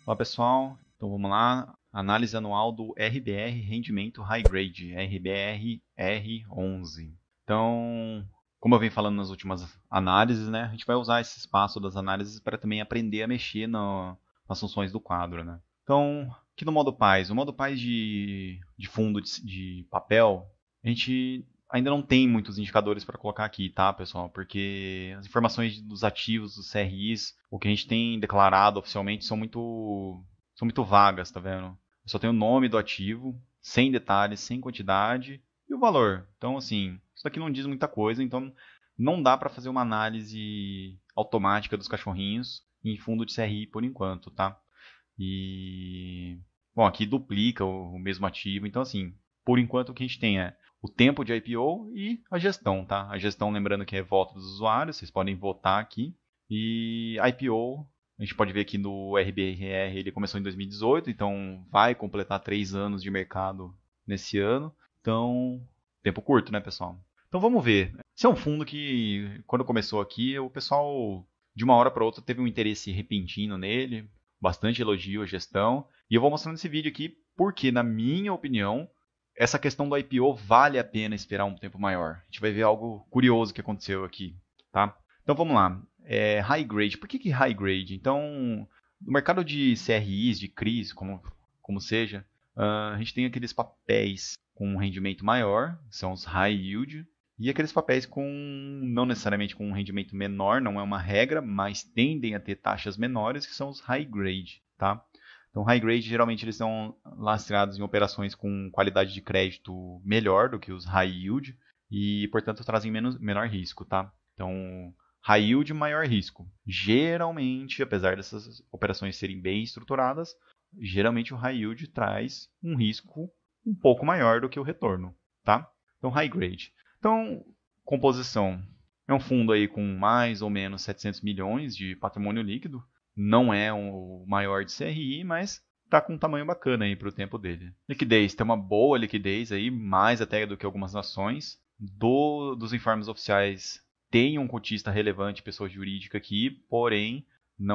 Olá pessoal, então vamos lá. Análise anual do RBR Rendimento High Grade, RBR R11. Então, como eu venho falando nas últimas análises, né, a gente vai usar esse espaço das análises para também aprender a mexer nas funções do quadro. Né? Então, aqui no modo PAIS, o modo PAIS de fundo de papel, a gente ainda não tem muitos indicadores para colocar aqui, tá, pessoal? Porque as informações dos ativos, dos CRIs, o que a gente tem declarado oficialmente são muito vagas, tá vendo? Eu só tenho o nome do ativo, sem detalhes, sem quantidade e o valor. Então, assim, isso daqui não diz muita coisa, então não dá para fazer uma análise automática dos cachorrinhos em fundo de CRI por enquanto, tá? E bom, aqui duplica o mesmo ativo, então assim, por enquanto o que a gente tem é o tempo de IPO e a gestão, tá? A gestão, lembrando que é voto dos usuários, vocês podem votar aqui. E IPO, a gente pode ver aqui no RBRR, ele começou em 2018, então vai completar 3 anos de mercado nesse ano. Então, tempo curto, né, pessoal? Então vamos ver. Esse é um fundo que, quando começou aqui, o pessoal, de uma hora para outra, teve um interesse repentino nele, bastante elogio à gestão. E eu vou mostrar nesse vídeo aqui porque, na minha opinião, essa questão do IPO vale a pena esperar um tempo maior. A gente vai ver algo curioso que aconteceu aqui, tá? Então vamos lá. High grade. Por que high grade? Então, no mercado de CRIs, de CRIs, como seja, a gente tem aqueles papéis com um rendimento maior, são os high yield, e aqueles papéis com não necessariamente com um rendimento menor, não é uma regra, mas tendem a ter taxas menores, que são os high grade, tá? Então, high grade geralmente eles são lastreados em operações com qualidade de crédito melhor do que os high yield e, portanto, trazem menor risco, tá? Então, high yield, maior risco. Geralmente, apesar dessas operações serem bem estruturadas, geralmente o high yield traz um risco um pouco maior do que o retorno, tá? Então, high grade. Então, composição. É um fundo aí com mais ou menos 700 milhões de patrimônio líquido. Não é o maior de CRI, mas está com um tamanho bacana aí para o tempo dele. Liquidez, tem uma boa liquidez aí, mais até do que algumas ações. Dos informes oficiais, tem um cotista relevante, pessoa jurídica aqui, porém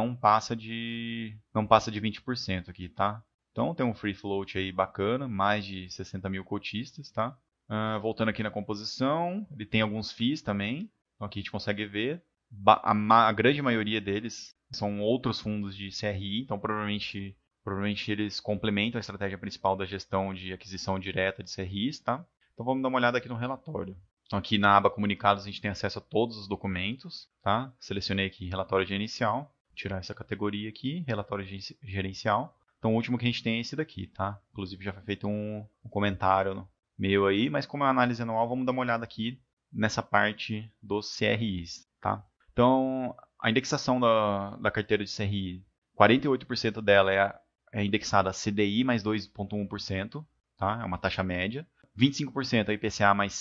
não passa de 20% aqui, tá? Então tem um free float aí bacana, mais de 60 mil cotistas, tá? Voltando aqui na composição, ele tem alguns FIIs também. Então aqui a gente consegue ver. A grande maioria deles são outros fundos de CRI, então provavelmente eles complementam a estratégia principal da gestão de aquisição direta de CRIs, tá? Então vamos dar uma olhada aqui no relatório. Então aqui na aba comunicados a gente tem acesso a todos os documentos, tá? Selecionei aqui relatório gerencial, vou tirar essa categoria aqui, relatório gerencial. Então o último que a gente tem é esse daqui, tá? Inclusive já foi feito um comentário meu aí, mas como é uma análise anual, vamos dar uma olhada aqui nessa parte dos CRIs, tá? Então, a indexação da carteira de CRI, 48% dela é indexada a CDI mais 2,1%, tá? É uma taxa média. 25% é IPCA mais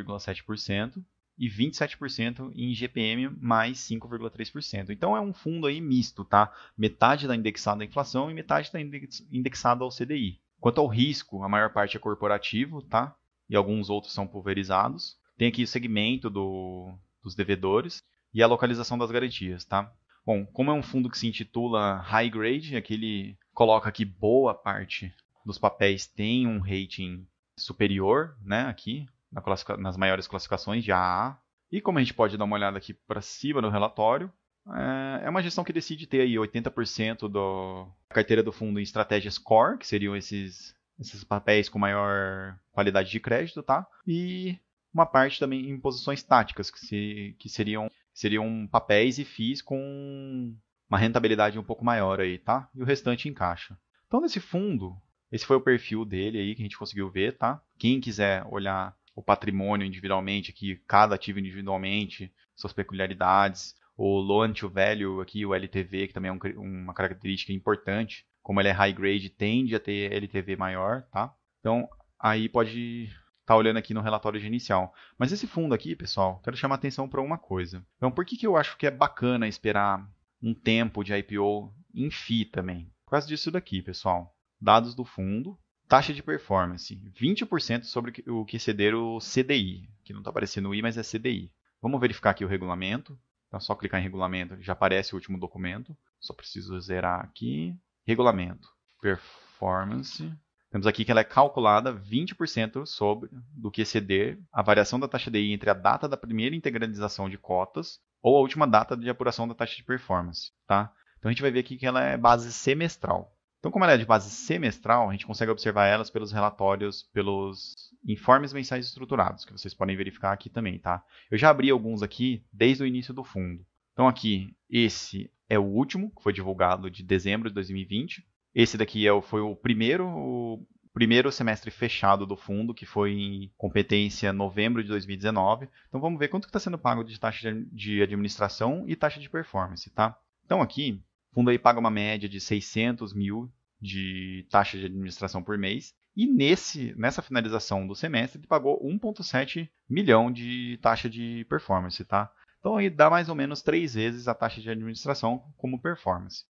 6,7% e 27% em GPM mais 5,3%. Então é um fundo aí misto, tá? Metade está indexado à inflação e metade está indexado ao CDI. Quanto ao risco, a maior parte é corporativo, tá? E alguns outros são pulverizados. Tem aqui o segmento dos devedores e a localização das garantias, tá? Bom, como é um fundo que se intitula High Grade, aqui ele coloca que boa parte dos papéis tem um rating superior, né, aqui nas maiores classificações de AA. E como a gente pode dar uma olhada aqui para cima no relatório, é uma gestão que decide ter aí 80% da carteira do fundo em estratégias core, que seriam esses papéis com maior qualidade de crédito, tá? E uma parte também em posições táticas, que seriam papéis e FIIs com uma rentabilidade um pouco maior aí, tá? E o restante em caixa. Então, nesse fundo, esse foi o perfil dele aí que a gente conseguiu ver, tá? Quem quiser olhar o patrimônio individualmente aqui, cada ativo individualmente, suas peculiaridades, o loan to value aqui, o LTV, que também é uma característica importante, como ele é high grade, tende a ter LTV maior, tá? Então, aí pode estar olhando aqui no relatório inicial. Mas esse fundo aqui, pessoal, quero chamar atenção para uma coisa. Então, por que eu acho que é bacana esperar um tempo de IPO em FII também? Por causa disso daqui, pessoal. Dados do fundo, taxa de performance, 20% sobre o que exceder o CDI, que não está aparecendo o I, mas é CDI. Vamos verificar aqui o regulamento. Então, é só clicar em regulamento, já aparece o último documento. Só preciso zerar aqui. regulamento, performance. Temos aqui que ela é calculada 20% sobre do que exceder a variação da taxa DI entre a data da primeira integralização de cotas ou a última data de apuração da taxa de performance, tá? Então a gente vai ver aqui que ela é base semestral. Então, como ela é de base semestral, a gente consegue observar elas pelos relatórios, pelos informes mensais estruturados, que vocês podem verificar aqui também, tá? Eu já abri alguns aqui desde o início do fundo. Então aqui, esse é o último, que foi divulgado de dezembro de 2020. Esse daqui foi o primeiro semestre fechado do fundo, que foi em competência novembro de 2019. Então vamos ver quanto está sendo pago de taxa de administração e taxa de performance, tá? Então aqui, o fundo aí paga uma média de 600 mil de taxa de administração por mês. E nessa finalização do semestre, ele pagou 1,7 milhão de taxa de performance, tá? Então aí dá mais ou menos 3 vezes a taxa de administração como performance.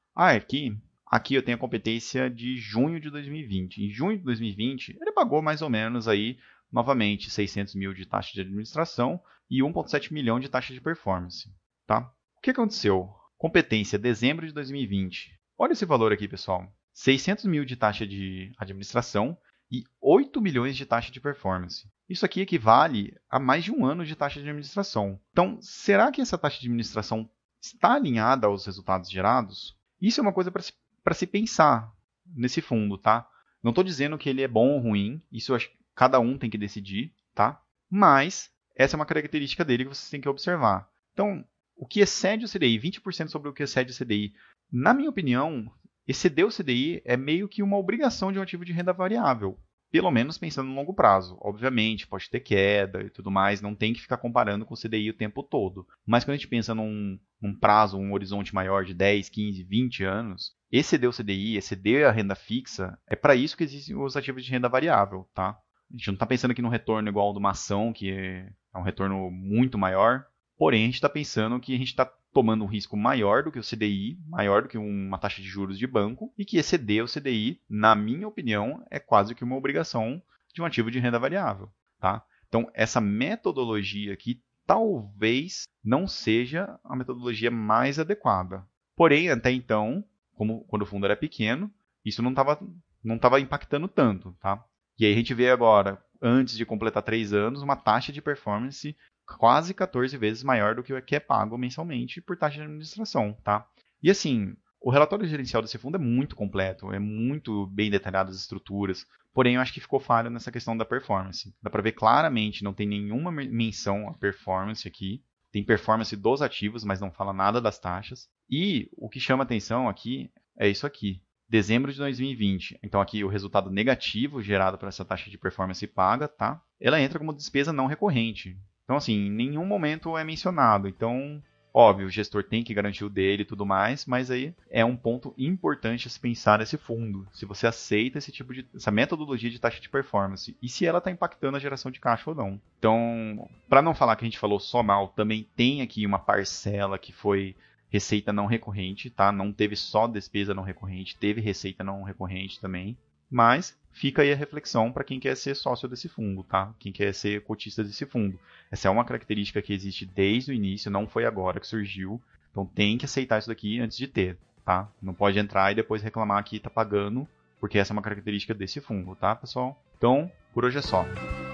Aqui eu tenho a competência de junho de 2020. Em junho de 2020, ele pagou mais ou menos aí, novamente, 600 mil de taxa de administração e 1,7 milhão de taxa de performance, tá? O que aconteceu? Competência, dezembro de 2020. Olha esse valor aqui, pessoal. 600 mil de taxa de administração e 8 milhões de taxa de performance. Isso aqui equivale a mais de um ano de taxa de administração. Então, será que essa taxa de administração está alinhada aos resultados gerados? Isso é uma coisa para se pensar nesse fundo, tá? Não estou dizendo que ele é bom ou ruim, isso eu acho que cada um tem que decidir, tá? Mas essa é uma característica dele que vocês têm que observar. Então, o que excede o CDI, 20% sobre o que excede o CDI, na minha opinião, exceder o CDI é meio que uma obrigação de um ativo de renda variável, pelo menos pensando no longo prazo. Obviamente, pode ter queda e tudo mais, não tem que ficar comparando com o CDI o tempo todo. Mas quando a gente pensa num prazo, um horizonte maior de 10, 15, 20 anos, exceder o CDI, exceder a renda fixa, é para isso que existem os ativos de renda variável, tá? A gente não está pensando aqui num retorno igual ao de uma ação, que é um retorno muito maior, porém a gente está pensando que a gente está tomando um risco maior do que o CDI, maior do que uma taxa de juros de banco, e que exceder o CDI, na minha opinião, é quase que uma obrigação de um ativo de renda variável, tá? Então, essa metodologia aqui talvez não seja a metodologia mais adequada. Porém, até então, quando o fundo era pequeno, isso não estava impactando tanto, tá? E aí a gente vê agora, antes de completar 3 anos, uma taxa de performance quase 14 vezes maior do que o que é pago mensalmente por taxa de administração, tá? E assim, o relatório gerencial desse fundo é muito completo, é muito bem detalhado as estruturas, porém eu acho que ficou falha nessa questão da performance. Dá para ver claramente, não tem nenhuma menção à performance aqui, tem performance dos ativos, mas não fala nada das taxas. E o que chama atenção aqui é isso aqui. Dezembro de 2020. Então aqui o resultado negativo gerado por essa taxa de performance paga, tá? Ela entra como despesa não recorrente. Então assim, em nenhum momento é mencionado. Então, óbvio, o gestor tem que garantir o dele e tudo mais, mas aí é um ponto importante a se pensar nesse fundo. Se você aceita essa metodologia de taxa de performance e se ela está impactando a geração de caixa ou não. Então, para não falar que a gente falou só mal, também tem aqui uma parcela que foi receita não recorrente, tá? Não teve só despesa não recorrente, teve receita não recorrente também. Mas fica aí a reflexão para quem quer ser sócio desse fundo, tá? Quem quer ser cotista desse fundo. Essa é uma característica que existe desde o início, não foi agora que surgiu. Então tem que aceitar isso daqui antes de ter, tá? Não pode entrar e depois reclamar que está pagando, porque essa é uma característica desse fundo, tá, pessoal? Então, por hoje é só.